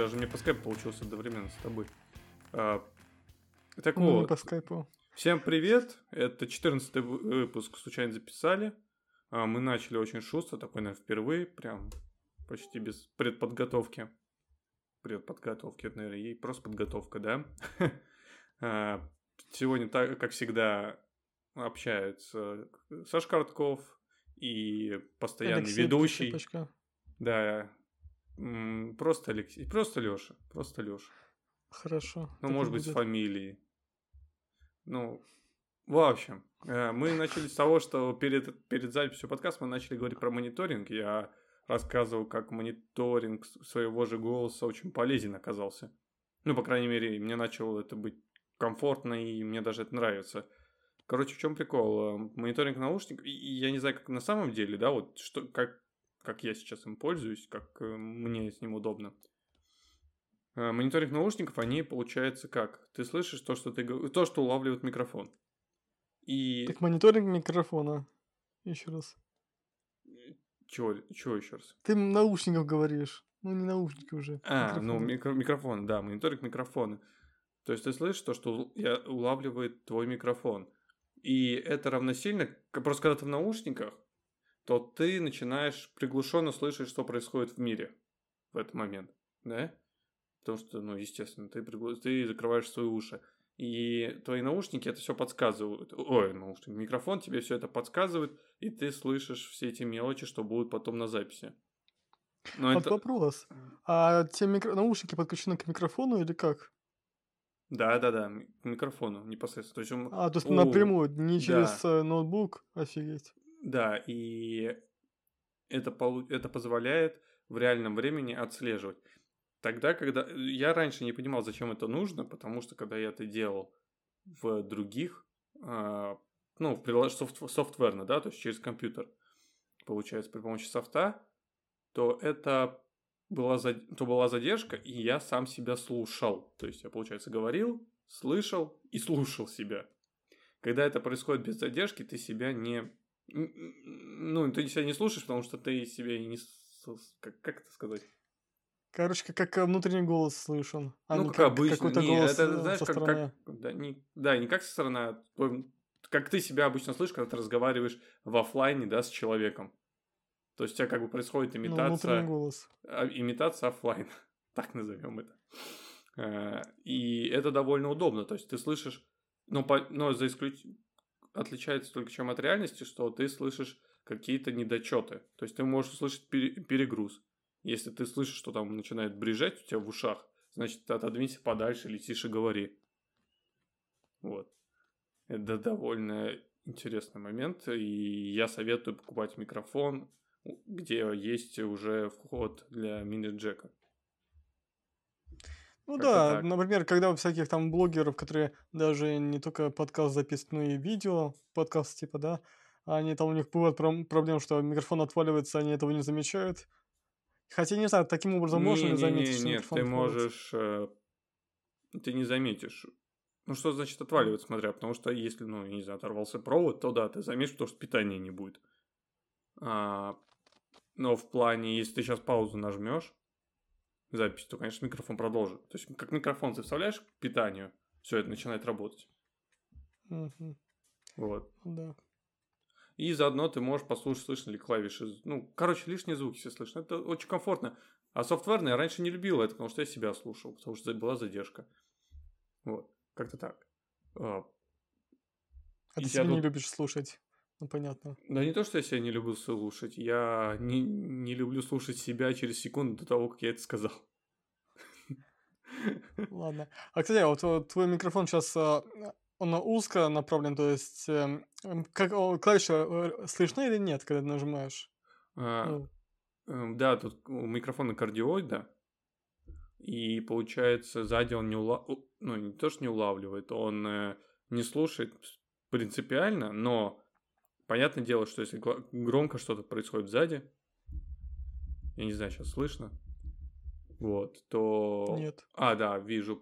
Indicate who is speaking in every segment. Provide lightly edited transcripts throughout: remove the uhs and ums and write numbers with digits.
Speaker 1: даже мне по скайпу получилось одновременно с тобой. Так
Speaker 2: Ну, не
Speaker 1: вот,
Speaker 2: по скайпу.
Speaker 1: всем привет, это 14-й выпуск «Случайно записали». Мы начали очень шустро, такой, наверное, впервые, прям почти без предподготовки. Предподготовки, это, наверное, и просто подготовка, да? Сегодня, так, как всегда, общаются Саш Коротков и постоянный
Speaker 2: Алексей
Speaker 1: ведущий.
Speaker 2: Прищепочка.
Speaker 1: Да, просто Алексей, просто Лёша, просто Лёша.
Speaker 2: Хорошо,
Speaker 1: Ну,
Speaker 2: так и
Speaker 1: может быть, с
Speaker 2: будет.
Speaker 1: фамилией. Ну, в общем, мы начали с того, что перед записью подкаста мы начали говорить про мониторинг. Я рассказывал, как мониторинг своего же голоса очень полезен оказался. Ну, по крайней мере, мне начало это быть комфортно, и мне даже это нравится. Короче, в чем прикол? Мониторинг наушников, и я не знаю, как на самом деле, да, вот что, как я сейчас им пользуюсь, как мне с ним удобно. Мониторинг наушников, они, получается, как? Ты слышишь то, что то, что улавливает микрофон. И
Speaker 2: Так мониторинг микрофона. Еще раз.
Speaker 1: чего еще раз?
Speaker 2: Ты наушников говоришь. Ну, не наушники уже.
Speaker 1: Ну,
Speaker 2: Микрофон.
Speaker 1: микрофон, да, мониторинг микрофона. То есть ты слышишь то, что улавливает твой микрофон. И это равносильно, просто когда ты в наушниках, то ты начинаешь приглушенно слышать, что происходит в мире в этот момент, да? Потому что, ну, естественно, ты закрываешь свои уши. И твои наушники это все подсказывают. Ой, микрофон тебе все это подсказывает, и ты слышишь все эти мелочи, что будут потом на записи. Но
Speaker 2: Вот
Speaker 1: это...
Speaker 2: вопрос. А те наушники подключены к микрофону или как?
Speaker 1: Да, к микрофону непосредственно. То есть
Speaker 2: То есть напрямую, не
Speaker 1: да,
Speaker 2: через ноутбук? Офигеть.
Speaker 1: да, и это позволяет в реальном времени отслеживать. Тогда, когда... Я раньше не понимал, зачем это нужно, потому что, когда я это делал в других, в софтверно, да, то есть через компьютер, получается, при помощи софта, то это была задержка, и я сам себя слушал. То есть я, получается, говорил, слышал и слушал себя. Когда это происходит без задержки, ты себя не... Ну, ты себя не слушаешь, потому что ты себя и не... Как это сказать?
Speaker 2: Короче, как внутренний голос слышен, а
Speaker 1: Ну,
Speaker 2: не
Speaker 1: как
Speaker 2: как
Speaker 1: обычно.
Speaker 2: какой-то
Speaker 1: Не,
Speaker 2: голос
Speaker 1: это, знаешь,
Speaker 2: со стороны.
Speaker 1: не как со стороны, как ты себя обычно слышишь, когда ты разговариваешь в оффлайне, да, с человеком. То есть у тебя как бы происходит
Speaker 2: Ну, внутренний голос.
Speaker 1: имитация оффлайн, так назовем это. И это довольно удобно. То есть ты слышишь, но отличается только чем от реальности, что ты слышишь какие-то недочеты. То есть ты можешь услышать перегруз. Если ты слышишь, что там начинает брежать у тебя в ушах, значит, отодвинься подальше или тише говори. Вот. Это довольно интересный момент, и я советую покупать микрофон, где есть уже вход для мини-джека.
Speaker 2: Ну
Speaker 1: Как-то
Speaker 2: да,
Speaker 1: так.
Speaker 2: например, когда у всяких там блогеров, которые даже не только подкаст записывают, но и видео, подкаст типа, да, они там у них бывает проблем, что микрофон отваливается, они этого не замечают. Хотя не знаю, таким образом можно ли заметить, что
Speaker 1: Нет,
Speaker 2: микрофон
Speaker 1: ты
Speaker 2: отваливается?
Speaker 1: можешь, ты не заметишь. Ну, что значит отваливать, смотря, потому что если, ну, я не знаю, оторвался провод, то да, ты заметишь, потому что питания не будет. Но в плане, если ты сейчас паузу нажмешь, запись, то, конечно, микрофон продолжит. То есть, как микрофон ты вставляешь к питанию, все это начинает работать.
Speaker 2: Мгм.
Speaker 1: Вот.
Speaker 2: Да.
Speaker 1: И заодно ты можешь послушать, слышно ли клавиши. Ну, короче, лишние звуки все слышно. Это очень комфортно. А софтверно я раньше не любил это, потому что я себя слушал, потому что была задержка. Вот. Как-то так.
Speaker 2: А
Speaker 1: И
Speaker 2: ты
Speaker 1: тебя
Speaker 2: себя не
Speaker 1: тут...
Speaker 2: любишь слушать. Ну, понятно.
Speaker 1: Да не то, что я себя не люблю слушать. Я не люблю слушать себя через секунду до того, как я это сказал.
Speaker 2: Ладно. А, кстати, вот твой микрофон сейчас, он узко направлен, то есть, как клавиши слышны или нет, когда ты нажимаешь?
Speaker 1: А,
Speaker 2: Ну,
Speaker 1: Да, тут у микрофона кардиоид, да. И получается, сзади он ну, не то, что не улавливает, он не слушает принципиально, но понятное дело, что если громко что-то происходит сзади, я не знаю, сейчас слышно, вот, то...
Speaker 2: нет.
Speaker 1: Да, вижу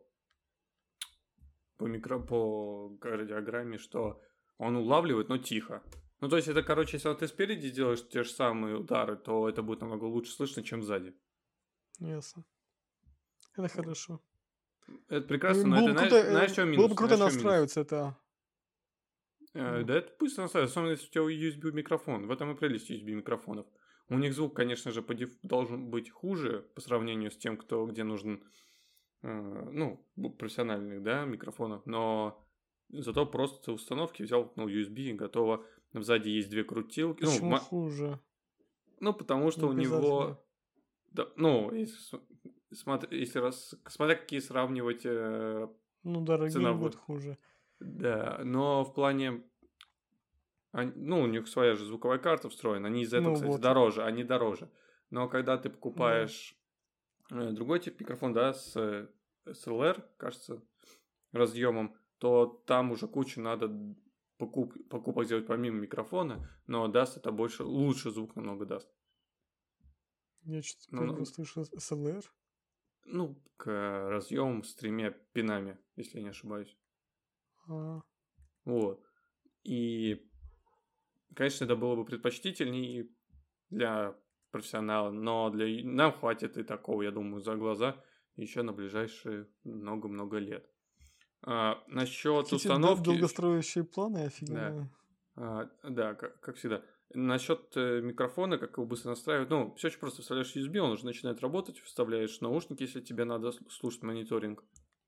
Speaker 1: по кардиограмме, что он улавливает, но тихо. Ну, то есть, это, короче, если ты спереди делаешь те же самые удары, то это будет намного лучше слышно, чем сзади.
Speaker 2: Ясно. Это хорошо.
Speaker 1: Это прекрасно, но
Speaker 2: Было
Speaker 1: это
Speaker 2: бы круто,
Speaker 1: знаешь, в чём
Speaker 2: было бы
Speaker 1: минус?
Speaker 2: круто
Speaker 1: Знаешь, в чём минус?
Speaker 2: настраивать это. Ну,
Speaker 1: Да это пусть настраивает, особенно если у тебя USB микрофон. В этом и прелесть USB микрофонов. У них звук, конечно же, должен быть хуже по сравнению с тем, где нужен, ну, профессиональных, да, микрофонов, но зато просто установки взял, ну, USB и готово. Сзади есть две крутилки.
Speaker 2: почему хуже?
Speaker 1: Ну, потому
Speaker 2: Не
Speaker 1: что у
Speaker 2: обязательно.
Speaker 1: него, да, ну, смотря какие сравнивать
Speaker 2: Ну, дорогие будут
Speaker 1: ценовые.
Speaker 2: хуже.
Speaker 1: Да, но в плане, ну, у них своя же звуковая карта встроена, они из-за этого,
Speaker 2: Ну
Speaker 1: кстати,
Speaker 2: вот,
Speaker 1: дороже, они дороже. Но когда ты
Speaker 2: да.
Speaker 1: покупаешь другой тип микрофона, да, с SLR, кажется, разъемом, то там уже кучу надо покупок сделать помимо микрофона, но даст это лучше звук намного даст.
Speaker 2: Я что-то впервые
Speaker 1: Намного,
Speaker 2: слышу СЛР.
Speaker 1: ну, к разъемам с 3 пинами, если я не ошибаюсь.
Speaker 2: А,
Speaker 1: Вот. И, конечно, это было бы предпочтительнее для профессионала, но нам хватит и такого, я думаю, за глаза еще на ближайшие много-много лет. Насчет
Speaker 2: какие
Speaker 1: установки,
Speaker 2: долгостроящие планы
Speaker 1: да,
Speaker 2: офигенные.
Speaker 1: да, как всегда. Насчет микрофона, как его быстро настраивать, ну, все очень просто. Вставляешь USB, он уже начинает работать, вставляешь наушники, если тебе надо слушать мониторинг.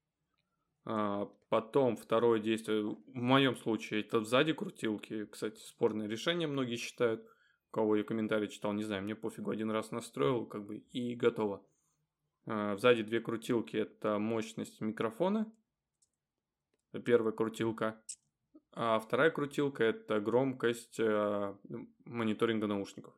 Speaker 1: Потом второе действие, в моем случае, это сзади крутилки. Кстати, спорное решение многие считают. У кого я комментарий читал, не знаю, мне пофигу. Один раз настроил, как бы, и готово. Сзади две крутилки – это мощность микрофона. Первая крутилка. А вторая крутилка – это громкость мониторинга наушников.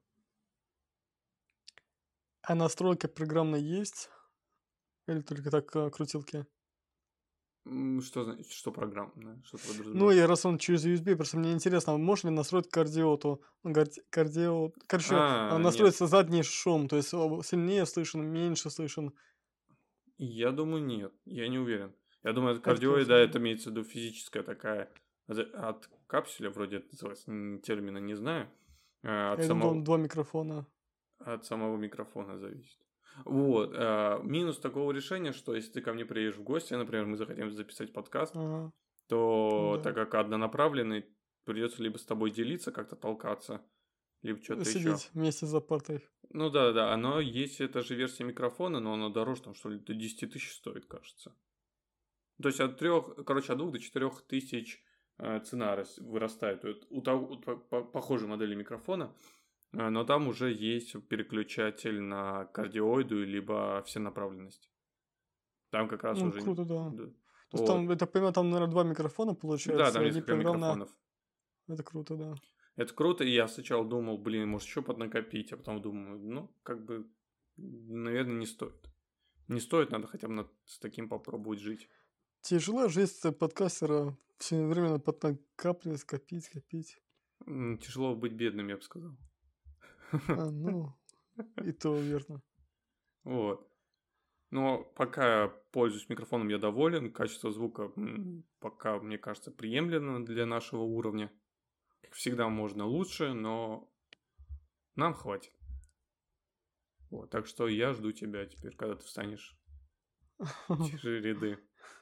Speaker 2: А настройка программная есть? Или только так крутилки?
Speaker 1: Что значит, что программное? Что ты
Speaker 2: Ну,
Speaker 1: подразумеваешь?
Speaker 2: и раз он через USB, просто мне интересно, а можно ли настроить кардиоту? Короче,
Speaker 1: Нет.
Speaker 2: настроится задний шум, то есть сильнее слышен, меньше слышен.
Speaker 1: Я думаю, нет. Я не уверен. Я думаю, это
Speaker 2: Это тоже,
Speaker 1: кардиоида,
Speaker 2: да.
Speaker 1: это имеется в виду физическая такая от капсуля, вроде это называется, термина не знаю, от
Speaker 2: Я думал,
Speaker 1: самого,
Speaker 2: там два микрофона.
Speaker 1: от самого микрофона зависит. Вот. Минус такого решения, что если ты ко мне приедешь в гости, например, мы захотим записать подкаст,
Speaker 2: Ага,
Speaker 1: то так
Speaker 2: да.
Speaker 1: как однонаправленный, придется либо с тобой делиться, как-то толкаться, либо что-то еще.
Speaker 2: Сидеть вместе за партой.
Speaker 1: Ну да, оно есть, это же версия микрофона, но оно дороже, там что ли, до 10 тысяч стоит, кажется. То есть от 2 до 4 тысяч цена вырастает у похожей модели микрофона, но там уже есть переключатель на кардиоиду либо всенаправленность. Там как раз
Speaker 2: Ну,
Speaker 1: уже
Speaker 2: круто, да.
Speaker 1: да.
Speaker 2: То есть там,
Speaker 1: Вот.
Speaker 2: я так понимаю, там, наверное, два микрофона
Speaker 1: Да,
Speaker 2: получается,
Speaker 1: там
Speaker 2: и одни
Speaker 1: несколько
Speaker 2: программные.
Speaker 1: микрофонов.
Speaker 2: Это круто, да.
Speaker 1: Это круто, и я сначала думал, блин, может еще поднакопить, а потом думаю, ну, как бы, наверное, не стоит. Не стоит, надо хотя бы с таким попробовать жить.
Speaker 2: Тяжело жизнь подкастера все время накапливать, копить, копить.
Speaker 1: Тяжело быть бедным, я бы сказал.
Speaker 2: Ну, и то верно.
Speaker 1: Вот. Но пока я пользуюсь микрофоном, я доволен. Качество звука пока, мне кажется, приемлемо для нашего уровня. Как всегда, можно лучше, но нам хватит. Вот. Так что я жду тебя теперь, когда ты встанешь в те же ряды.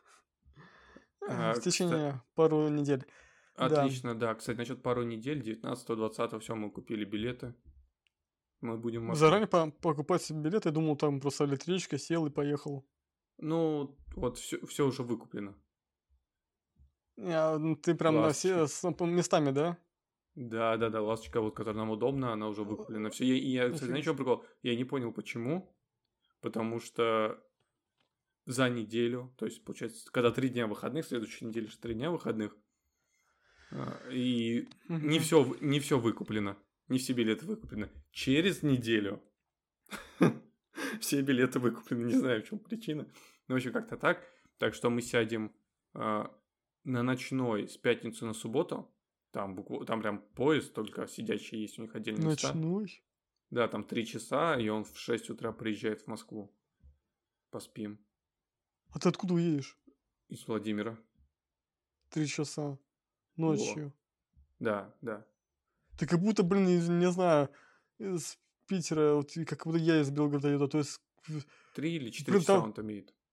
Speaker 2: В
Speaker 1: Кстати,
Speaker 2: течение пару недель. Да.
Speaker 1: отлично, да. Кстати, насчет пару недель, 19-20, все, мы купили билеты. Мы будем в Москве.
Speaker 2: Заранее покупать себе билет, я думал, там просто электричка, сел и поехал.
Speaker 1: Ну, вот все уже выкуплено.
Speaker 2: Ты прям на все
Speaker 1: Ласточки.
Speaker 2: местами, да?
Speaker 1: Да, ласточка, вот, которая нам удобна, она уже выкуплена. Все, я, кстати, знаешь,
Speaker 2: Нифига
Speaker 1: что
Speaker 2: себе.
Speaker 1: прикол? Я не понял, почему. Потому что за неделю, то есть, получается, когда 3 дня выходных, следующей неделе же 3 дня выходных, и
Speaker 2: Мгм.
Speaker 1: не все выкуплено, не все билеты выкуплены. Через неделю все билеты выкуплены, не знаю, в чем причина, но в общем как-то так. Так что мы сядем на ночной с пятницы на субботу, там прям поезд, только сидячие есть у них отдельные места.
Speaker 2: Ночной.
Speaker 1: Да, там 3 часа, и он в 6 утра приезжает в Москву. Поспим.
Speaker 2: А ты откуда уедешь?
Speaker 1: Из Владимира.
Speaker 2: 3 часа
Speaker 1: Во.
Speaker 2: ночью.
Speaker 1: Да.
Speaker 2: Ты как будто, блин, не знаю, из Питера, вот, и как будто я из Белгорода еду. То есть,
Speaker 1: 3 или 4
Speaker 2: блин,
Speaker 1: часа
Speaker 2: там,
Speaker 1: он там едет.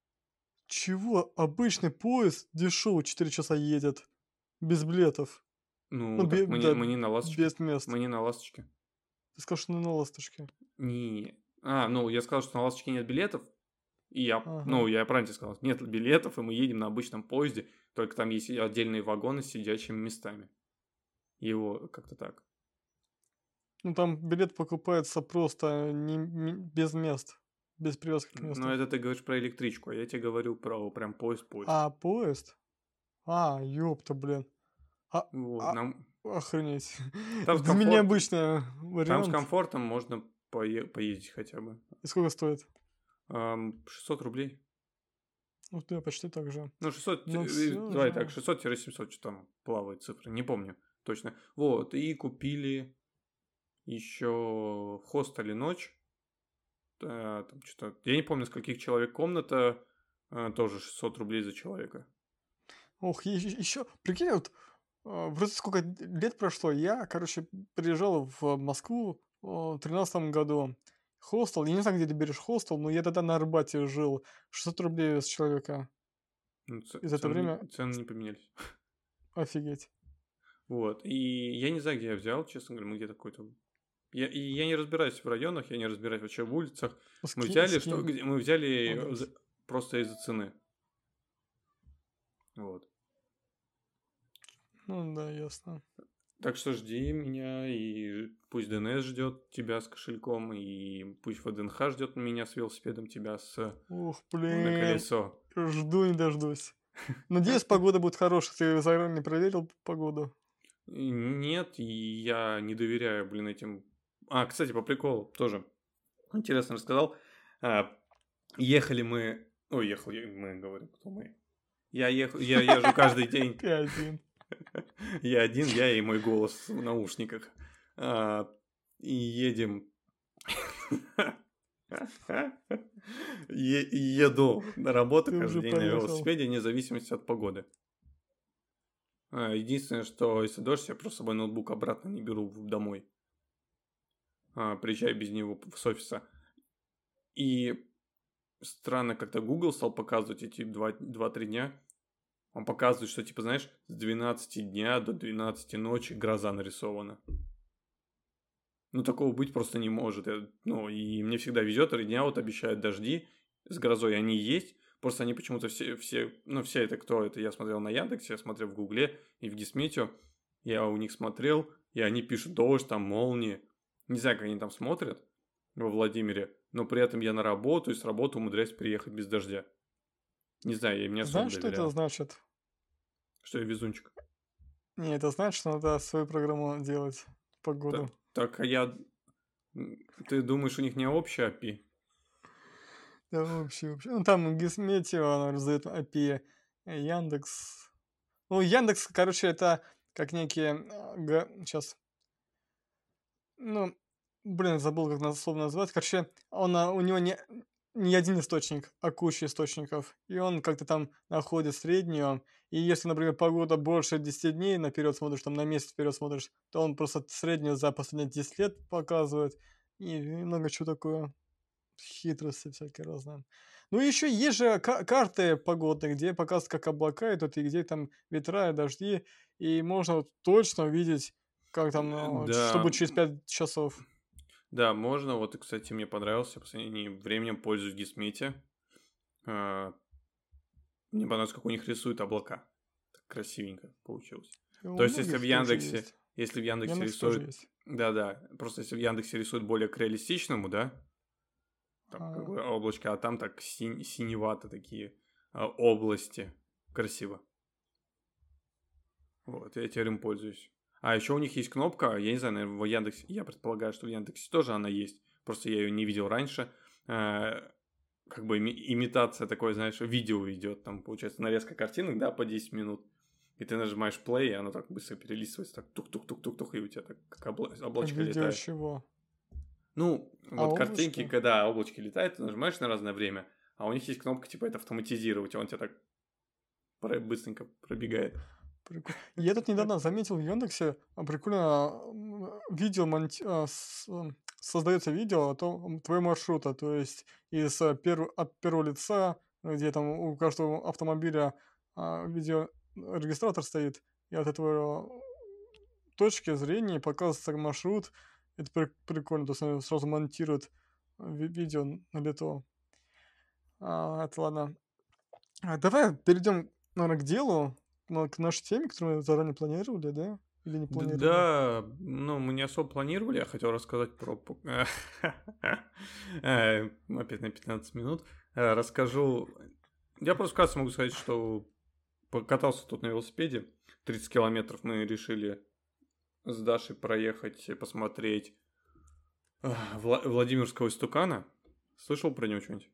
Speaker 2: Чего? Обычный поезд дешевый 4 часа едет. Без билетов. Ну,
Speaker 1: Ну, так
Speaker 2: да,
Speaker 1: мы не на «Ласточке».
Speaker 2: без мест.
Speaker 1: Мы не на «Ласточке».
Speaker 2: Ты сказал, что на «Ласточке».
Speaker 1: Не. Ну, я сказал, что на «Ласточке» нет билетов. И
Speaker 2: Ага.
Speaker 1: я правильно тебе сказал, нет билетов, и мы едем на обычном поезде, только там есть отдельные вагоны с сидячими местами. Его как-то так.
Speaker 2: Ну, там билет покупается просто без мест. Без привязки к
Speaker 1: Но
Speaker 2: месту.
Speaker 1: это ты говоришь про электричку, а я тебе говорю про прям поезд-поезд.
Speaker 2: А поезд? Ёпта, блин. А,
Speaker 1: Вот,
Speaker 2: а, охренеть.
Speaker 1: там с
Speaker 2: Для меня
Speaker 1: комфортом,
Speaker 2: обычный
Speaker 1: там с
Speaker 2: вариант.
Speaker 1: комфортом можно поездить хотя бы.
Speaker 2: И сколько стоит?
Speaker 1: 600 рублей.
Speaker 2: Ну, да, почти так же.
Speaker 1: Ну, 600,
Speaker 2: Но все
Speaker 1: давай так,
Speaker 2: же...
Speaker 1: 600-700, что там плавает цифры, не помню точно. Вот, и купили еще в хостеле ночь. Там что-то, я не помню, с каких человек комната, тоже 600 рублей за человека.
Speaker 2: Ох, еще... Прикинь, вот вроде сколько лет прошло. Я, короче, приезжал в Москву в 13 году. Хостел, я не знаю, где ты берешь хостел, но я тогда на Арбате жил. 600 рублей с человека.
Speaker 1: Ну,
Speaker 2: И за это время
Speaker 1: цены не поменялись.
Speaker 2: офигеть.
Speaker 1: Вот, и я не знаю, где я взял, честно говоря, мы где-то какой-то... Я не разбираюсь в районах, я не разбираюсь вообще в улицах. Мы взяли,
Speaker 2: Скинь.
Speaker 1: мы взяли
Speaker 2: Молодец.
Speaker 1: просто из-за цены. Вот.
Speaker 2: Ну да, ясно.
Speaker 1: Так что жди меня, и пусть ДНС ждет тебя с кошельком, и пусть ВДНХ ждет меня с велосипедом, тебя
Speaker 2: Ух,
Speaker 1: на
Speaker 2: блин.
Speaker 1: колесо.
Speaker 2: Жду не дождусь. Надеюсь, погода будет хорошая. Ты заранее проверил погоду?
Speaker 1: Нет, и я не доверяю, блин, этим... Кстати, по приколу тоже интересно рассказал. Ехали мы... Ой, мы говорим, кто мы. Я езжу каждый день.
Speaker 2: Ты один.
Speaker 1: Я один, я и мой голос в наушниках. И едем... Еду на работу
Speaker 2: Ты
Speaker 1: каждый
Speaker 2: уже
Speaker 1: день на
Speaker 2: поехал.
Speaker 1: велосипеде, вне зависимости от погоды. Единственное, что если дождь, я просто с собой ноутбук обратно не беру домой. Приезжаю без него с офиса. И странно, как-то Google стал показывать эти 2-3 дня. Он показывает, что, типа, знаешь, с 12 дня до 12 ночи гроза нарисована. Ну, такого быть просто не может. И мне всегда везет, 3 дня вот обещают дожди с грозой, они есть. Просто они почему-то все это кто это? Я смотрел на Яндексе, я смотрел в Гугле и в Гисметео. Я у них смотрел, и они пишут дождь, там молнии. Не знаю, как они там смотрят во Владимире, но при этом я на работу и с работы умудряюсь приехать без дождя. Не знаю, я им не особо
Speaker 2: Знаешь, что это
Speaker 1: доверяю.
Speaker 2: значит?
Speaker 1: Что я везунчик.
Speaker 2: Не, это значит, что надо свою программу делать. Погоду.
Speaker 1: Так, ты думаешь, у них не общая API?
Speaker 2: Да вообще. Ну, там Гисметео, оно раздает API. Яндекс. Ну, Яндекс, короче, это как некие... Сейчас. Ну, блин, забыл, как слово назвать. Короче, у него не один источник, а куча источников. И он как-то там находит среднюю. И если, например, погода больше 10 дней наперед смотришь, там на месяц вперед смотришь, то он просто среднюю за последние 10 лет показывает. И много чего такое. Хитрости всякие разные. Ну, еще есть же карты погодные, где показывают, как облака идут, и где там ветра и дожди. И можно вот точно увидеть, как там, что
Speaker 1: Да,
Speaker 2: будет через 5 часов.
Speaker 1: да, можно. Вот, кстати, мне понравился. В последнее время пользуюсь Гисмете. А, Мне понравилось, как у них рисуют облака. Так красивенько получилось.
Speaker 2: У
Speaker 1: То есть, если в
Speaker 2: многих тоже
Speaker 1: Яндексе,
Speaker 2: есть.
Speaker 1: если в Яндексе
Speaker 2: Яндекс тоже
Speaker 1: рисуют...
Speaker 2: есть.
Speaker 1: Да, просто если в Яндексе рисуют более к реалистичному, да, там как
Speaker 2: А,
Speaker 1: бы облачко, а там так синевато такие области. Красиво. Вот, я теперь им пользуюсь. А еще у них есть кнопка, я не знаю, наверное, в Яндексе, я предполагаю, что в Яндексе тоже она есть, просто я ее не видел раньше. Как бы имитация такое, знаешь, видео идет, там получается нарезка картинок, да, по 10 минут. И ты нажимаешь play, и оно так быстро перелистывается, так тук-тук-тук-тук-тук, и у тебя так как облачко
Speaker 2: видео
Speaker 1: летает.
Speaker 2: чего?
Speaker 1: Ну, вот картинки,
Speaker 2: Облачко?
Speaker 1: когда облачко летает, ты нажимаешь на разное время, а у них есть кнопка, типа, это автоматизировать, и он тебя так быстренько пробегает.
Speaker 2: Прикольно. Я тут недавно заметил в Яндексе, прикольно видео создается видео о том твоего маршрута, то есть от первого лица где там у каждого автомобиля видеорегистратор стоит, и от этого точки зрения показывается маршрут. Это прикольно, то есть они сразу монтируют видео на лету. Это ладно. Давай перейдем, наверное, к делу, к нашей теме, которую мы заранее планировали, да? Или не планировали?
Speaker 1: Да, ну, мы не особо планировали, я хотел рассказать про... Опять на 15 минут. Расскажу... Я просто вкратце могу сказать, что покатался тут на велосипеде. 30 километров мы решили с Дашей проехать, посмотреть Владимирского истукана. Слышал про него что-нибудь?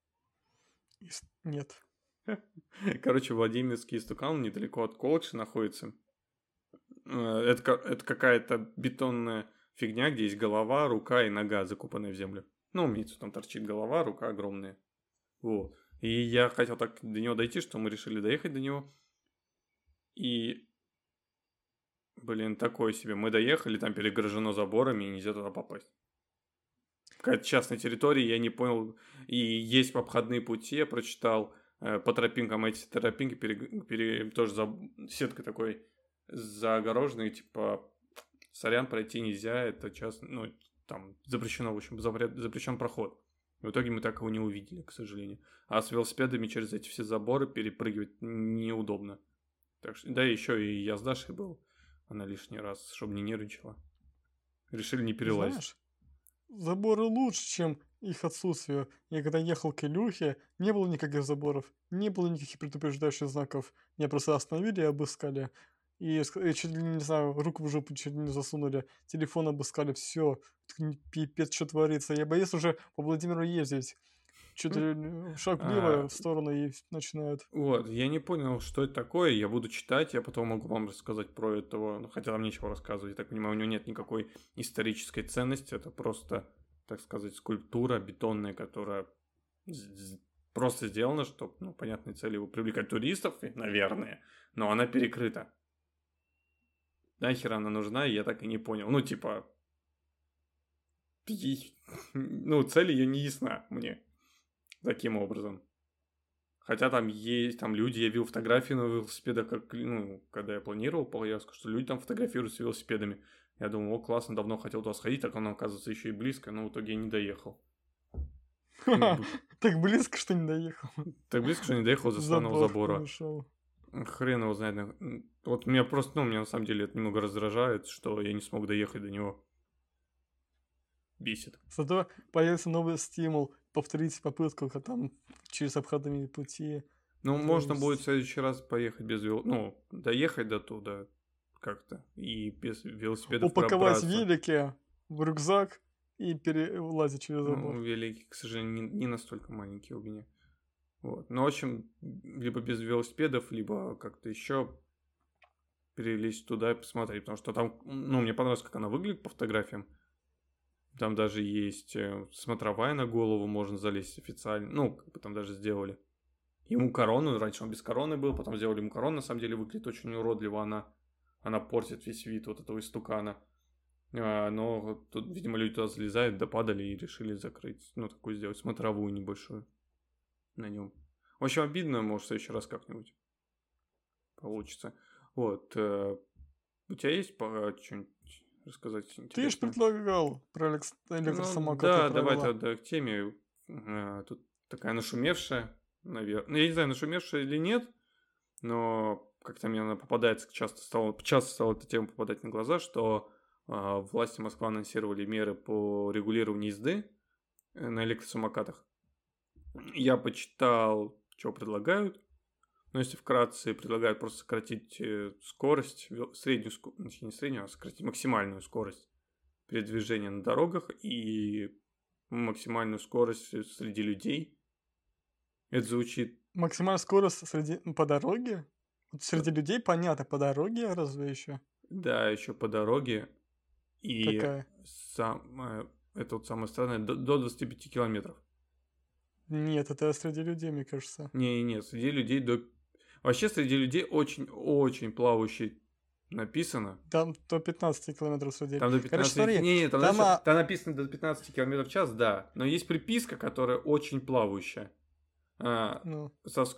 Speaker 2: Нет.
Speaker 1: Короче, Владимирский истукан недалеко от колледжа находится. Это какая-то бетонная фигня, где есть голова, рука и нога, закопанная в землю. Ну, умница, там торчит голова, рука огромная. Вот. И я хотел так до него дойти, что мы решили доехать до него. И, блин, такое себе. Мы доехали, там перегорожено заборами, и нельзя туда попасть. Какая-то частная территория, я не понял. И есть обходные пути, я прочитал по тропинкам. Эти тропинки тоже сеткой такой загороженной, типа, сорян, пройти нельзя, это часто, ну, там запрещено, в общем, запрещен проход. В итоге мы так его не увидели, к сожалению. А с велосипедами через эти все заборы перепрыгивать неудобно. Так что, да, еще и я с Дашей был. Она лишний раз, чтобы не нервничала. Решили не перелазить.
Speaker 2: Знаешь, заборы лучше, чем их отсутствие. Я когда ехал к Илюхе, не было никаких заборов, не было никаких предупреждающих знаков. Меня просто остановили и обыскали. И чуть ли не знаю, руку в жопу чуть ли не засунули, телефон обыскали, все. Пипец, что творится. Я боюсь уже по Владимиру ездить. Что-то шаг влево в сторону и начинают.
Speaker 1: Вот, я не понял, что это такое, я буду читать, я потом могу вам рассказать про этого, ну, хотя там нечего рассказывать, я так понимаю, у него нет никакой исторической ценности, это просто, так сказать, скульптура бетонная, которая просто сделана, чтобы, ну, понятной целью привлекать туристов, наверное, но она перекрыта. Нахер она нужна, я так и не понял, ну, типа, ну, цель ее не ясна мне, таким образом. Хотя там есть, там люди, я видел фотографии на велосипедах, как, ну, когда я планировал поездку, что люди там фотографируются с велосипедами. Я думал, о, классно, давно хотел туда сходить, так оно, оказывается, еще и близко, но в итоге я не доехал.
Speaker 2: Так близко, что не доехал.
Speaker 1: Так близко, что не доехал из-за странного забора.
Speaker 2: Нашел.
Speaker 1: Хрен его знает. Вот меня просто, ну, меня на самом деле это немного раздражает, что я не смог доехать до него. Бесит.
Speaker 2: Зато появится новый стимул повторить попытку там через обходные пути.
Speaker 1: Ну, можно будет в следующий раз поехать без ну, доехать до туда как-то и без велосипедов
Speaker 2: упаковать велики в рюкзак и перелазить через забор.
Speaker 1: Ну, велики, к сожалению, не настолько маленькие у меня. Вот. Но, в общем, либо без велосипедов, либо как-то еще перелезть туда и посмотреть, потому что там, ну, мне понравилось, как она выглядит по фотографиям. Там даже есть смотровая на голову, можно залезть официально. Ну, как бы там даже сделали. Ему корону, раньше он без короны был, потом сделали ему корону, на самом деле выглядит очень уродливо, она портит весь вид вот этого истукана. Но тут, видимо, люди туда залезают, допадали и решили закрыть, ну, такую сделать смотровую небольшую на нем. В общем, обидно, может, в следующий раз как-нибудь получится. Вот. У тебя есть что-нибудь рассказать интересное?
Speaker 2: Ты же предлагал про электросамокаты.
Speaker 1: Да, давай тогда к теме. Тут такая нашумевшая, наверное. Ну, я не знаю, нашумевшая или нет, но как-то мне она попадается, часто стала эта тема попадать на глаза, что власти Москвы анонсировали меры по регулированию езды на электросамокатах. Я почитал, что предлагают. Но если вкратце, предлагают просто сократить скорость, среднюю, значит, не среднюю, а сократить максимальную скорость передвижения на дорогах и максимальную скорость среди людей. Это звучит...
Speaker 2: Максимальная скорость по дороге? Среди людей понятно, по дороге разве еще?
Speaker 1: Да, еще по дороге. И
Speaker 2: какая?
Speaker 1: Это вот самое странное, до 25 километров.
Speaker 2: Нет, это среди людей, мне кажется.
Speaker 1: Не, среди людей до... Вообще среди людей очень-очень плавающий написано.
Speaker 2: Там до 15 километров среди.
Speaker 1: Там до 15...
Speaker 2: Короче, смотри,
Speaker 1: там написано до 15 километров в час, да. Но есть приписка, которая очень плавающая.
Speaker 2: Ну,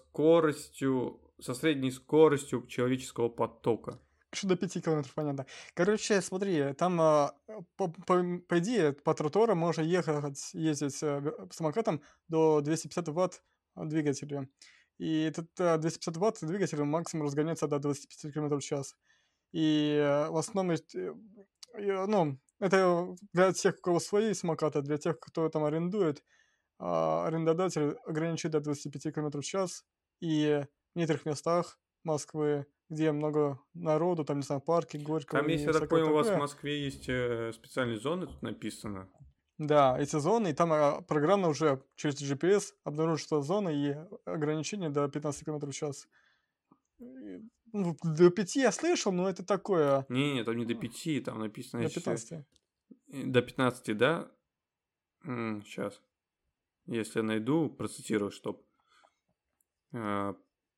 Speaker 1: со средней скоростью человеческого потока.
Speaker 2: что до 5 километров, понятно. Короче, смотри, там, по идее, по тротуарам можно ездить самокатом до 250 ватт двигателя. И этот 250 ватт двигатель максимум разгоняется до 25 километров в час. И в основном, ну, это для тех, у кого свои самокаты, для тех, кто там арендует, арендодатель ограничит до 25 километров в час. И в некоторых местах Москвы, где много народу, там, не знаю, парки Горького
Speaker 1: Там, если
Speaker 2: и
Speaker 1: я так
Speaker 2: всякое
Speaker 1: понял, у вас в
Speaker 2: такое.
Speaker 1: Москве есть специальные зоны, тут написано.
Speaker 2: Да, эти зоны, и там программа уже через GPS обнаружит, что зона и ограничение до 15 километров в час. Ну, до 5 я слышал, но это такое,
Speaker 1: Не, там не до 5, там написано
Speaker 2: до
Speaker 1: еще
Speaker 2: 15.
Speaker 1: до 15, да? Сейчас. Если я найду, процитирую, чтоб. А,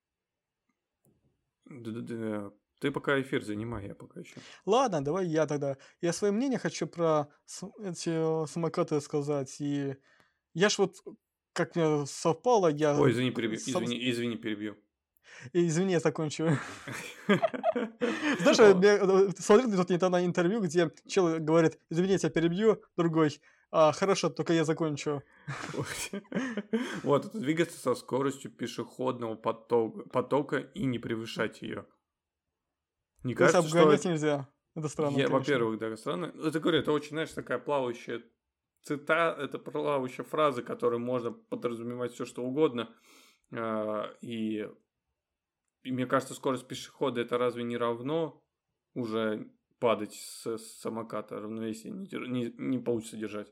Speaker 1: Ты пока эфир занимай, я пока еще.
Speaker 2: Ладно, давай я тогда. Я свое мнение хочу про эти самокаты сказать. И я ж вот, как мне совпало,
Speaker 1: Ой,
Speaker 2: я...
Speaker 1: извини, перебью. Извини, перебью.
Speaker 2: Извини, я закончу. Знаешь, я смотрел тут недавно интервью, где чел говорит: извини, я тебя перебью, другой: хорошо, только я закончу.
Speaker 1: Вот, это двигаться со скоростью пешеходного потока и не превышать ее. Не
Speaker 2: То есть
Speaker 1: кажется, что
Speaker 2: обгонять нельзя. Это странно, конечно.
Speaker 1: во-первых, да, странно. Это говорю, это очень, знаешь, такая плавающая это плавающая фраза, которой можно подразумевать все что угодно. И мне кажется, скорость пешехода это разве не равно уже падать с самоката, равновесие не получится держать.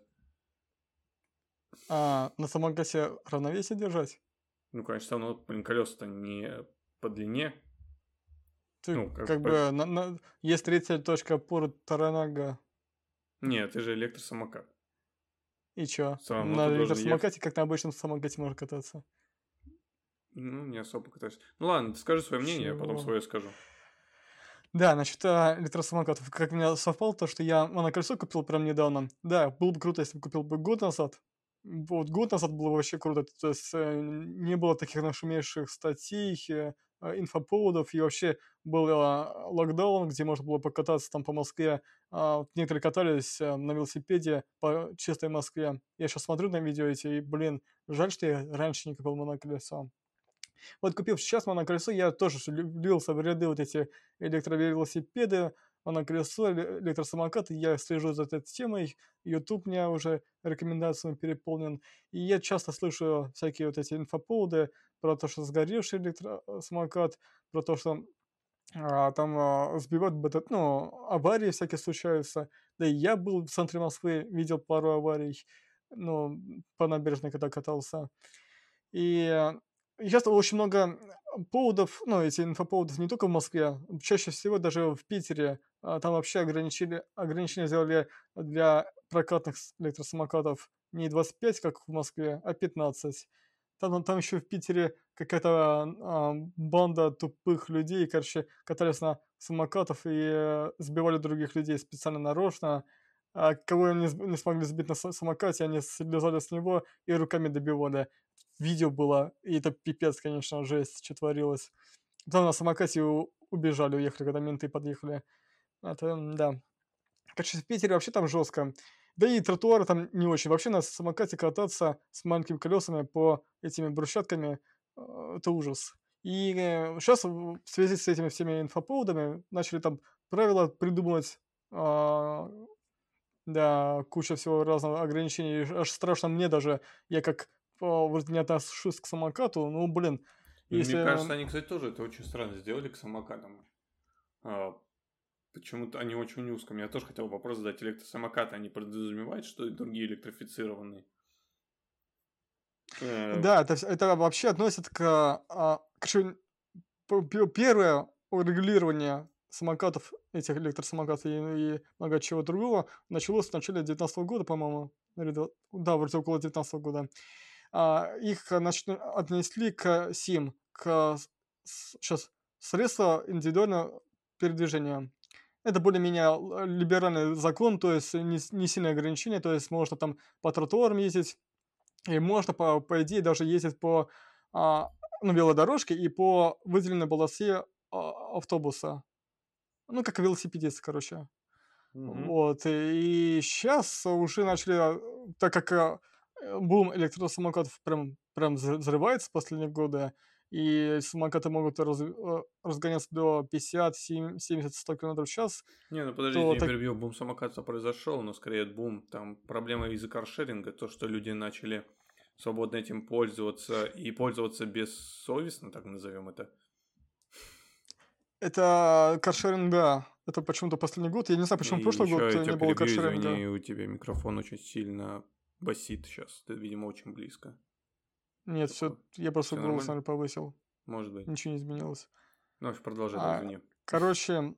Speaker 2: На самокате равновесие держать?
Speaker 1: Ну, конечно, оно, колеса-то не по длине.
Speaker 2: Ты
Speaker 1: Ну,
Speaker 2: как бы есть третья точка опоры Таранага.
Speaker 1: Нет, это же электросамокат.
Speaker 2: И чё?
Speaker 1: Всё равно
Speaker 2: На
Speaker 1: ты должен
Speaker 2: электросамокате, как на обычном самокате, можно кататься.
Speaker 1: Ну, не особо катаюсь. Ну ладно, ты скажи свое мнение, я потом
Speaker 2: Чего?
Speaker 1: свое скажу.
Speaker 2: Да, насчет электросамокатов. Как у меня совпало то, что я монокольцо купил прям недавно. Да, было бы круто, если бы купил бы год назад. Вот год назад было вообще круто. То есть не было таких нашумевших статей, инфоповодов. И вообще был локдаун, где можно было покататься там по Москве. Некоторые катались на велосипеде по чистой Москве. Я сейчас смотрю на видео эти, и, блин, жаль, что я раньше не купил моноколесо. Вот купив сейчас моноколесо, я тоже влился в ряды вот эти электровелосипеды, моноколесо, электросамокаты. Я слежу за этой темой. YouTube у меня уже рекомендациями переполнен. И я часто слышу всякие вот эти инфоповоды про то, что сгоревший электросамокат, про то, что там сбивают ну, аварии всякие случаются. Да и я был в центре Москвы, видел пару аварий, ну, по набережной, когда катался. И сейчас очень много поводов, ну, эти инфоповодов не только в Москве, чаще всего даже в Питере. Там вообще ограничения сделали для прокатных электросамокатов не 25, как в Москве, а 15. Там еще в Питере какая-то банда тупых людей, короче, катались на самокатах и сбивали других людей специально нарочно. Кого они не смогли сбить на самокате, они слезали с него и руками добивали. Видео было, и это пипец, конечно, жесть, что творилось. Потом на самокате убежали, уехали, когда менты подъехали. Это, да. Короче, в Питере вообще там жестко. Да и тротуары там не очень. Вообще на самокате кататься с маленькими колесами по этими брусчатками это ужас. И сейчас в связи с этими всеми инфоповодами начали там правила придумывать, да, куча всего разного ограничений. Аж страшно мне даже. Я как вот не отношусь к самокату, ну, блин,
Speaker 1: Мне кажется,
Speaker 2: если...
Speaker 1: они, кстати, тоже это очень странно сделали к самокатам. Почему-то они очень узко. Я тоже хотел вопрос задать. Электросамокаты, они подразумевают, что и другие электрифицированные?
Speaker 2: Да, это вообще относится короче, первое урегулирование самокатов, этих электросамокатов и много чего другого началось в начале 19 года, по-моему. Да, вроде около 19 года. Их отнесли к СИМ, к сейчас средства индивидуального передвижения. Это более-менее либеральный закон, то есть не сильное ограничение, то есть можно там по тротуарам ездить, и можно, по идее, даже ездить по ну, велодорожке и по выделенной полосе автобуса. Ну, как велосипедист, короче.
Speaker 1: Мгм.
Speaker 2: Вот, и сейчас уже начали, так как, бум электросамокатов прям взрывается в последние годы, и самокаты могут разгоняться до 50, 70-100 км в час,
Speaker 1: Не, ну подождите,
Speaker 2: то
Speaker 1: не
Speaker 2: так
Speaker 1: перебью, бум самокатов произошел, но скорее бум, там проблема из-за каршеринга, то, что люди начали свободно этим пользоваться и пользоваться бессовестно, так назовем это.
Speaker 2: это каршеринг, да. Это почему-то последний год. Я не знаю,
Speaker 1: И
Speaker 2: почему прошлый год
Speaker 1: еще я тебя
Speaker 2: не было
Speaker 1: перебью,
Speaker 2: каршеринга.
Speaker 1: извини, у тебя микрофон очень сильно басит сейчас, ты, видимо, очень близко.
Speaker 2: Нет, все,
Speaker 1: Такое.
Speaker 2: я просто
Speaker 1: Все
Speaker 2: голос,
Speaker 1: нормально?
Speaker 2: наверно, повысил.
Speaker 1: Может быть.
Speaker 2: Ничего не изменилось.
Speaker 1: Ну, в общем, продолжай, да,
Speaker 2: А,
Speaker 1: извини.
Speaker 2: короче,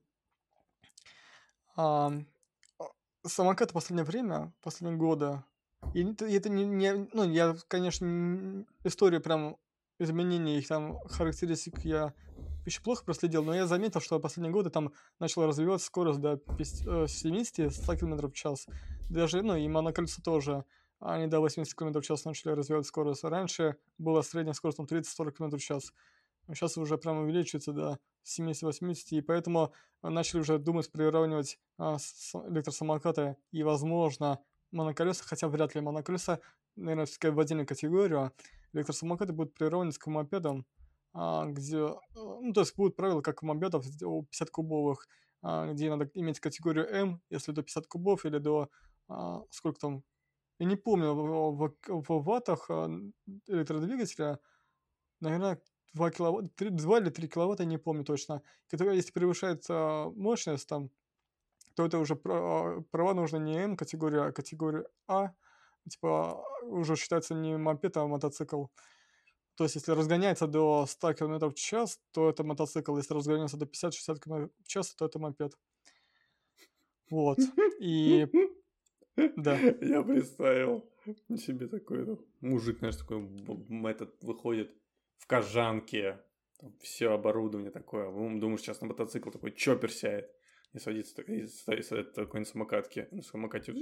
Speaker 2: ам, а, самокаты последнее время, последние годы, и это ну, я, конечно, историю прям изменений их там характеристик я еще плохо проследил, но я заметил, что в последние годы там начала развиваться скорость до 70-100 км в час. Даже, ну, и монокольца тоже. Они до 80 км в час начали развивать скорость. А раньше была средняя скорость там 30-40 км в час. Сейчас уже прям увеличивается до 70-80, и поэтому начали уже думать приравнивать электросамокаты и, возможно, моноколеса, хотя вряд ли моноколеса, наверное, все-таки в отдельную категорию. Электросамокаты будут приравнены к мопедам, где, ну, то есть будут правила, как у мопедов, 50-кубовых, где надо иметь категорию М, если до 50 кубов, или до, сколько там, я не помню, в ваттах электродвигателя, наверное, 2 киловатта, 2 или 3 киловатта, не помню точно. Который, если превышает, мощность там, то это уже права нужно не М категория, а категория А. Типа, уже считается не мопед, а мотоцикл. То есть, если разгоняется до 100 километров в час, то это мотоцикл. Если разгоняется до 50-60 км в час, то это мопед. Вот. И да.
Speaker 1: Я представил себе такой мужик, знаешь, такой этот выходит в кожанке, все оборудование такое. Думаешь, сейчас на мотоцикл такой чоппер сядет и садится и садит такой на самокатке, на самокате.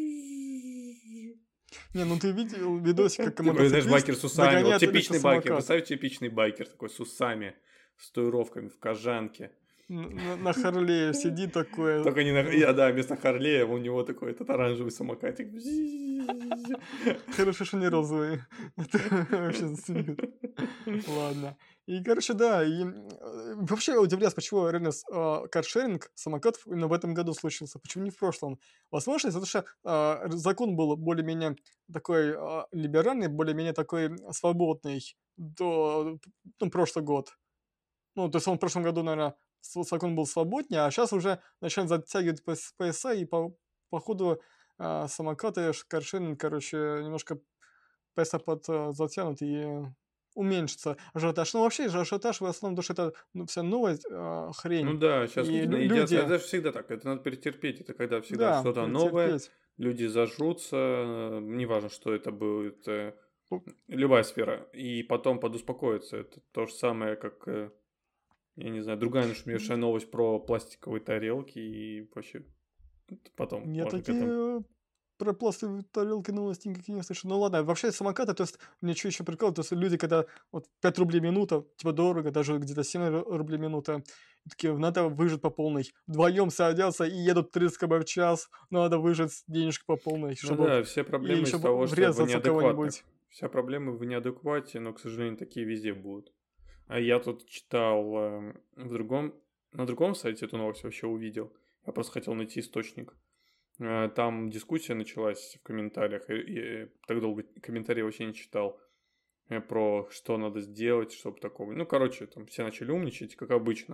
Speaker 2: Не, ну ты видел видосик, как
Speaker 1: Такой, знаешь,
Speaker 2: мотоциклист
Speaker 1: байкер с усами. Вот
Speaker 2: догоняет
Speaker 1: типичный байкер.
Speaker 2: электросамокат.
Speaker 1: Представь, типичный байкер такой с усами, с татуировками, в кожанке.
Speaker 2: На Харлее сидит такой.
Speaker 1: Только не на... Да, вместо Харлея у него такой этот оранжевый самокатик.
Speaker 2: Хорошо, что не розовый. Это вообще заценит. Ладно. И, короче, да, и, вообще я удивляюсь, почему реально каршеринг самокатов именно в этом году случился, почему не в прошлом. Возможно, из-за того, что, закон был более-менее такой, либеральный, более-менее такой свободный до, ну, прошлый год. Ну, то есть он в прошлом году, наверное, закон был свободнее, а сейчас уже начинают затягивать пояса, и по ходу, самокаты, каршеринг, короче, немножко пояса затянут и уменьшится ажиотаж. Ну, вообще же ажиотаж в основном, потому что это, ну, вся новая,
Speaker 1: Ну
Speaker 2: хрень.
Speaker 1: да, сейчас
Speaker 2: И
Speaker 1: люди наедятся.
Speaker 2: люди,
Speaker 1: Это же всегда так. Это надо перетерпеть. Это когда всегда
Speaker 2: да,
Speaker 1: что-то новое,
Speaker 2: перетерпеть.
Speaker 1: люди зажрутся, неважно, что это будет,
Speaker 2: Ну,
Speaker 1: любая сфера, и потом подуспокоиться. Это то же самое, как, я не знаю, другая нашумевшая новость про пластиковые тарелки, и вообще потом
Speaker 2: я
Speaker 1: можно к этому.
Speaker 2: такие про пластиковые тарелки новости никакие не слышу. Ну ладно, вообще самокаты, то есть мне что еще прикол, то есть люди, когда вот 5 рублей минута, типа дорого, даже где-то 7 рублей минута, и такие, надо выжить по полной. Вдвоем садятся и едут 30 км в час, надо выжить денежку по полной,
Speaker 1: Ну
Speaker 2: чтобы вот,
Speaker 1: да, все
Speaker 2: и
Speaker 1: проблемы
Speaker 2: еще
Speaker 1: из того, что в
Speaker 2: врезаться в
Speaker 1: неадекватных.
Speaker 2: кого-нибудь.
Speaker 1: Вся проблема в неадеквате, но, к сожалению, такие везде будут. А я тут читал на другом сайте эту новость вообще увидел. Я просто хотел найти источник. Там дискуссия началась в комментариях, и так долго комментарии вообще не читал, про что надо сделать, чтобы такого. Ну, короче, там все начали умничать, как обычно.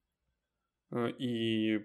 Speaker 1: И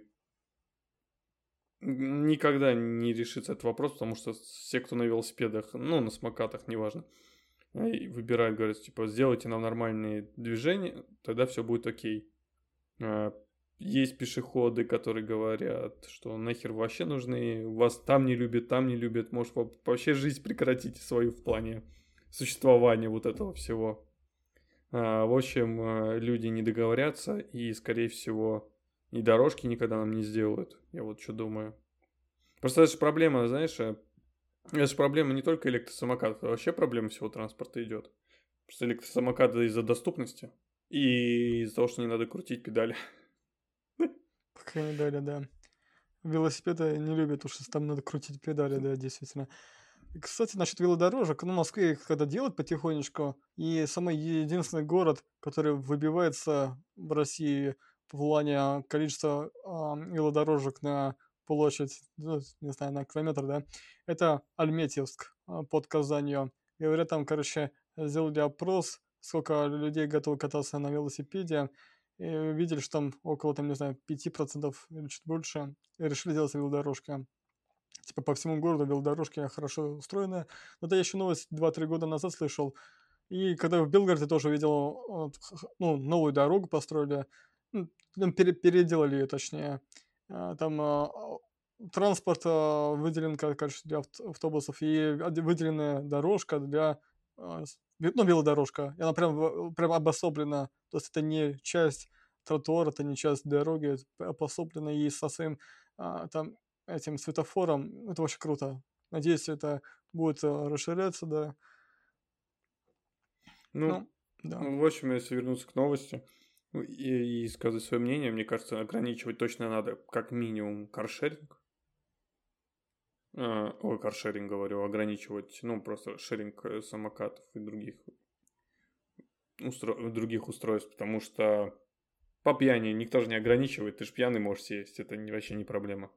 Speaker 1: никогда не решится этот вопрос, потому что все, кто на велосипедах, ну, на самокатах, неважно, и выбирают, говорят, типа, сделайте нам нормальные движения, тогда все будет окей. А, Есть пешеходы, которые говорят, что нахер вы вообще нужны, вас там не любят, может, вообще жизнь прекратите свою в плане существования вот этого всего. В общем, люди не договорятся, и, скорее всего, и дорожки никогда нам не сделают. Я вот что думаю. Просто это же проблема, знаешь, это же проблема не только электросамокатов, а вообще проблема всего транспорта идет. Просто электросамокаты из-за доступности и из-за того, что не надо крутить педали.
Speaker 2: Пока не дали, да. Велосипеды не любят, уж если там надо крутить педали, да, действительно. И, кстати, насчет велодорожек, ну, в Москве их когда делают потихонечку, и самый единственный город, который выбивается в России в плане количества велодорожек на площадь, ну, не знаю, на километр, да, это Альметьевск под Казанью. Говорят, там, короче, сделали опрос, сколько людей готовы кататься на велосипеде, и видели, что там около, там, не знаю, 5% или чуть больше решили сделать велодорожки. Типа по всему городу велодорожки хорошо устроены. Но это я еще новость 2-3 года назад слышал. И когда в Белгороде тоже видел, вот, ну, новую дорогу построили, переделали ее, точнее. Там транспорт выделен, короче, для автобусов, и выделенная дорожка для, ну, велодорожка. И она прям обособлена. То есть это не часть тротуара, это не часть дороги, это обособлена и со своим там этим светофором. Это очень круто. Надеюсь, это будет расширяться, да.
Speaker 1: Ну,
Speaker 2: Ну, да.
Speaker 1: в общем, если вернуться к новости и сказать свое мнение, мне кажется, ограничивать точно надо как минимум каршеринг. Ой, каршеринг говорю, ограничивать, ну, просто шеринг самокатов и других устройств, потому что по пьяни никто же не ограничивает, ты же пьяный можешь сесть, это вообще не проблема.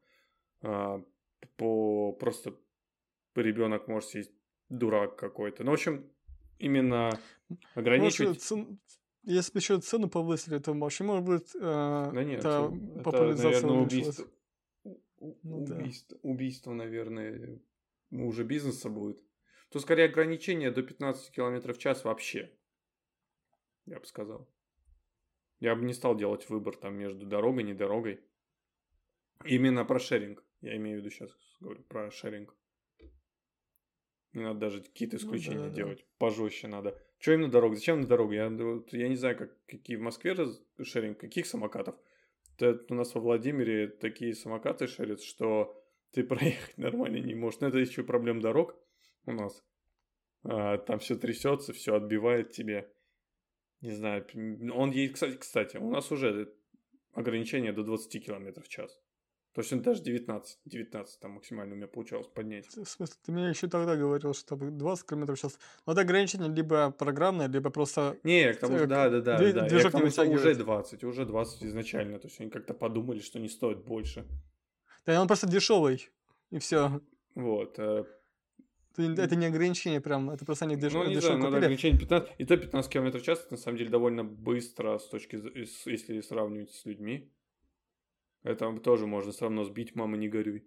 Speaker 1: Просто ребенок может сесть, дурак какой-то. Ну, в общем, именно ограничивать...
Speaker 2: Если бы еще цену повысили, то вообще, может быть,
Speaker 1: Да нет,
Speaker 2: это
Speaker 1: это,
Speaker 2: популяризация
Speaker 1: наверное,
Speaker 2: увеличилась. Ну да.
Speaker 1: убийство, наверное, уже бизнеса будет. То скорее ограничение до 15 км в час вообще, я бы сказал. Я бы не стал делать выбор там между дорогой и не дорогой. Именно про шеринг. Я имею в виду сейчас, говорю про шеринг. Не надо даже какие-то исключения делать. Пожестче надо. Что именно дорога? Зачем на дорогу? Я не знаю, какие в Москве шеринг, каких самокатов. У нас во Владимире такие самокаты шерят, что ты проехать нормально не можешь. Но это еще проблем дорог у нас. Там все трясется, все отбивает тебе. Не знаю. Он едет, кстати, у нас уже ограничение до 20 км в час. То есть даже 19 там максимально у меня получалось поднять.
Speaker 2: В смысле, ты мне еще тогда говорил, что 20 км в час. Но это ограничение либо программное, либо просто
Speaker 1: Не, к тому, да. Я
Speaker 2: движок
Speaker 1: к
Speaker 2: не
Speaker 1: тому, что
Speaker 2: вытягивает.
Speaker 1: уже 20 изначально. То есть они как-то подумали, что не стоит больше.
Speaker 2: Да, он просто дешевый, и все.
Speaker 1: Вот.
Speaker 2: Это не ограничение прям, это просто они
Speaker 1: Ну, не
Speaker 2: дешево
Speaker 1: знаю, надо
Speaker 2: купили.
Speaker 1: ограничение 15. И то 15 км в час, это на самом деле довольно быстро, если сравнивать с людьми. Это тоже можно все равно сбить, мама, не горюй.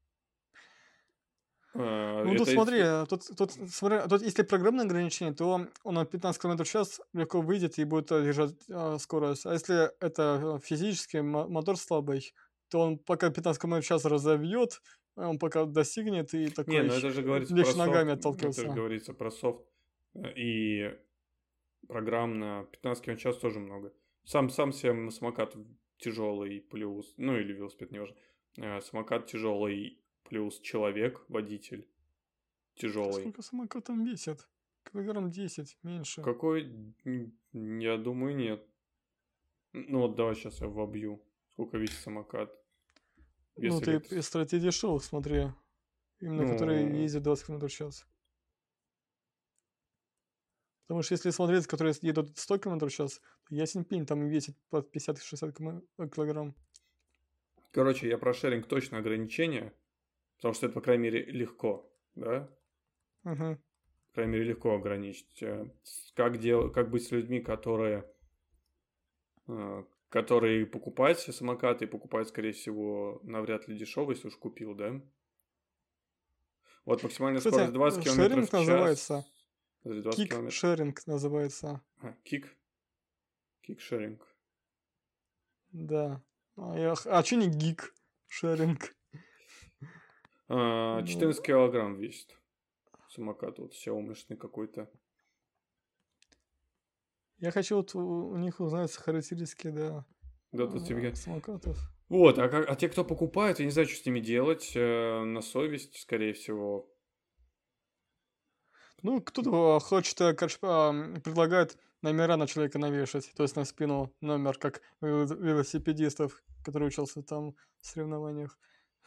Speaker 2: Ну, тут смотри, тут если программное ограничение, то он на 15 км в час легко выйдет и будет держать скорость. А если это физически мотор слабый, то он пока 15 км в час разовьет, он пока достигнет и
Speaker 1: Не,
Speaker 2: такой
Speaker 1: ну это же говорится про
Speaker 2: легче ногами
Speaker 1: софт. Это же
Speaker 2: отталкиваться.
Speaker 1: говорится про софт. И программно 15 км в час тоже много. Сам себе самокат тяжелый плюс, ну или велосипед, не важно. Самокат тяжелый плюс человек, водитель тяжелый.
Speaker 2: Сколько самокат там весит? Килограмм 10, меньше.
Speaker 1: Какой? Я думаю, нет. Ну вот давай сейчас я вобью. Сколько весит самокат?
Speaker 2: Ну, ты из стратегии дешевых смотри. Именно которые ездят 20 км в час. Потому что если смотреть, которые едут 100 км в час, то ясен пень, там весит под 50-60 килограмм.
Speaker 1: Короче, я про шеринг точно ограничения, потому что это, по крайней мере, легко, да?
Speaker 2: Ага.
Speaker 1: По крайней мере, легко ограничить. Как быть с людьми, которые покупают себе самокаты и покупают, скорее всего, навряд ли дешевый, если уж купил, да? Вот максимальная скорость 20 км в час.
Speaker 2: Называется.
Speaker 1: Кик
Speaker 2: шеринг называется.
Speaker 1: Кик шеринг.
Speaker 2: Да. А что не гик шеринг?
Speaker 1: 14 килограмм весит самокат, вот Xiaomi-шный какой-то.
Speaker 2: Я хочу вот у них узнать характеристики, да, самокатов.
Speaker 1: Вот, а те, кто покупает, я не знаю, что с ними делать, на совесть, скорее всего.
Speaker 2: Ну, кто-то хочет, короче, предлагает номера на человека навешать, то есть на спину номер, как велосипедистов, которые учился там в соревнованиях.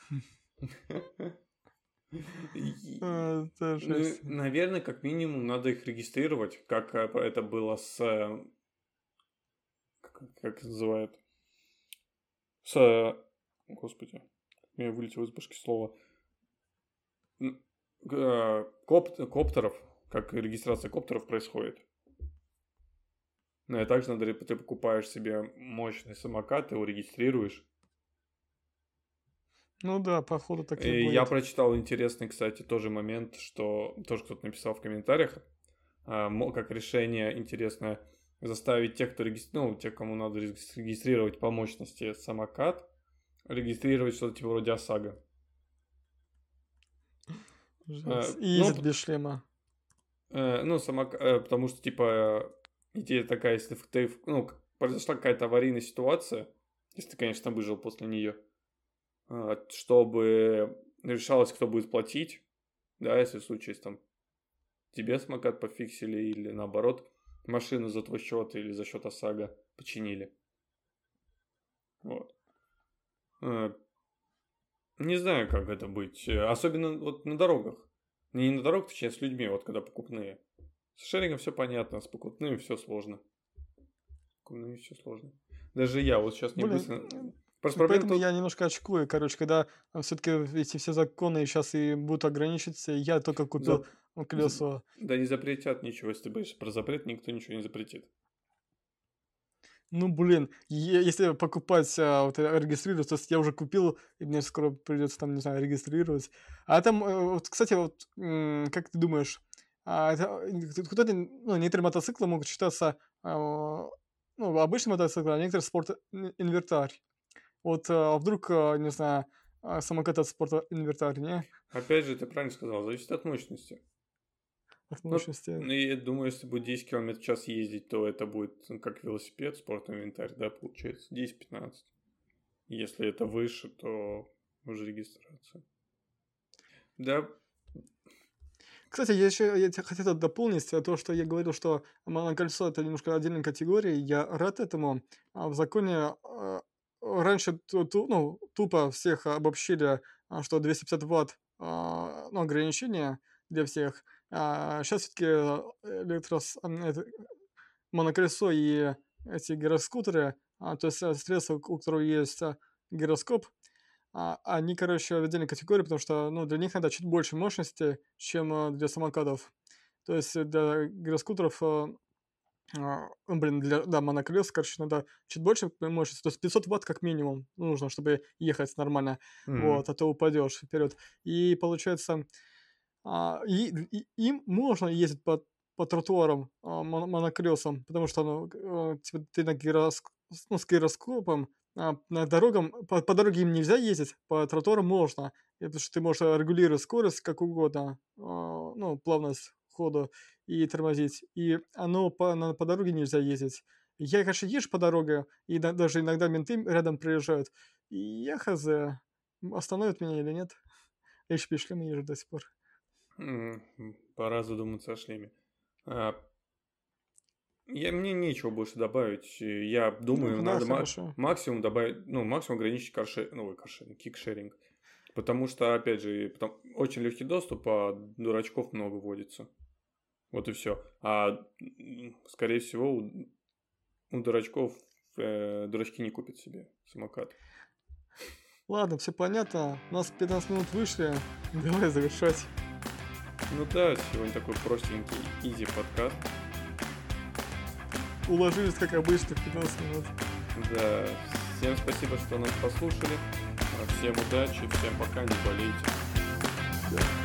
Speaker 2: Это
Speaker 1: Ну,
Speaker 2: жесть.
Speaker 1: наверное, как минимум надо их регистрировать, как это было с... Как это называют? Господи, у меня вылетело из башки слово. Коптеров, как регистрация коптеров происходит. Ну и также надо, ты покупаешь себе мощный самокат, ты его регистрируешь.
Speaker 2: Ну да, походу так и
Speaker 1: И
Speaker 2: будет.
Speaker 1: я прочитал интересный, кстати, тоже момент, что тоже кто-то написал в комментариях, как решение интересное заставить тех, кто тех, кому надо регистрировать по мощности самокат, регистрировать что-то типа вроде ОСАГО.
Speaker 2: И ездит без шлема.
Speaker 1: Потому что, типа, идея такая, если произошла какая-то аварийная ситуация, если ты, конечно, выжил после нее, чтобы решалось, кто будет платить, да, если в случае, если там тебе самокат пофиксили или наоборот машину за твой счет или за счет ОСАГО починили. Вот. Не знаю, как это быть. Особенно вот на дорогах. Не на дорогах, точнее, с людьми, вот когда покупные. С шерингом все понятно, с покупными все сложно. Покупными все сложно. Даже я вот сейчас не быстро...
Speaker 2: Поэтому я немножко очкую, короче, когда все-таки эти все законы сейчас и будут ограничиваться, я только купил колесо.
Speaker 1: Да не запретят ничего, если ты боишься про запрет, никто ничего не запретит.
Speaker 2: Ну, блин, если покупать, вот регистрировать, то есть я уже купил, и мне скоро придется там, не знаю, регистрировать. А там, вот, кстати, вот, как ты думаешь, куда-то, некоторые мотоциклы могут считаться, обычным мотоциклом, а некоторые спорт-инвентарь. Вот вдруг, не знаю, самокат от спорт-инвентарь, не?
Speaker 1: Опять же, ты правильно сказал, зависит от мощности.
Speaker 2: От мощности.
Speaker 1: Я думаю, если будет 10 км в час ездить, то это будет как велосипед, спорт-инвентарь, да, получается, 10-15. Если это выше, то уже регистрация. Да.
Speaker 2: Кстати, я хотел дополнить то, что я говорил, что монокольцо это немножко отдельная категория. Я рад этому. В законе раньше тупо всех обобщили, что 250 ватт ограничение для всех. Сейчас все-таки моноколесо и эти гироскутеры, то есть средства, у которых есть гироскоп, они, короче, в отдельной категории, потому что, для них надо чуть больше мощности, чем для самокатов. То есть для гироскутеров, для моноколес, короче, надо чуть больше мощности. То есть 500 ватт как минимум нужно, чтобы ехать нормально. Вот, а то упадешь вперед. И получается, им можно ездить по тротуарам моноколесам, потому что типа, ты с гироскопом на дорогам, по дороге им нельзя ездить, по тротуарам можно. Потому что ты можешь регулировать скорость как угодно, плавность хода и тормозить. И оно по дороге нельзя ездить. Я, конечно, езжу по дороге, и даже иногда менты рядом приезжают. И я хз, остановят меня или нет. Я еще без шлема езжу до сих пор.
Speaker 1: Пора задуматься о шлеме. Мне нечего больше добавить. Я думаю, надо максимум добавить, максимум ограничить кикшеринг. Потому что, опять же, очень легкий доступ, а дурачков много водится. Вот и все. А, скорее всего, у дурачков дурачки не купят себе самокат.
Speaker 2: Ладно, все понятно. У нас 15 минут вышли. Давай завершать.
Speaker 1: Ну да, сегодня такой простенький, изи подкаст.
Speaker 2: Уложились, как обычно, в 15 минут.
Speaker 1: Да. Всем спасибо, что нас послушали. Всем удачи, всем пока, не болейте.
Speaker 2: Да.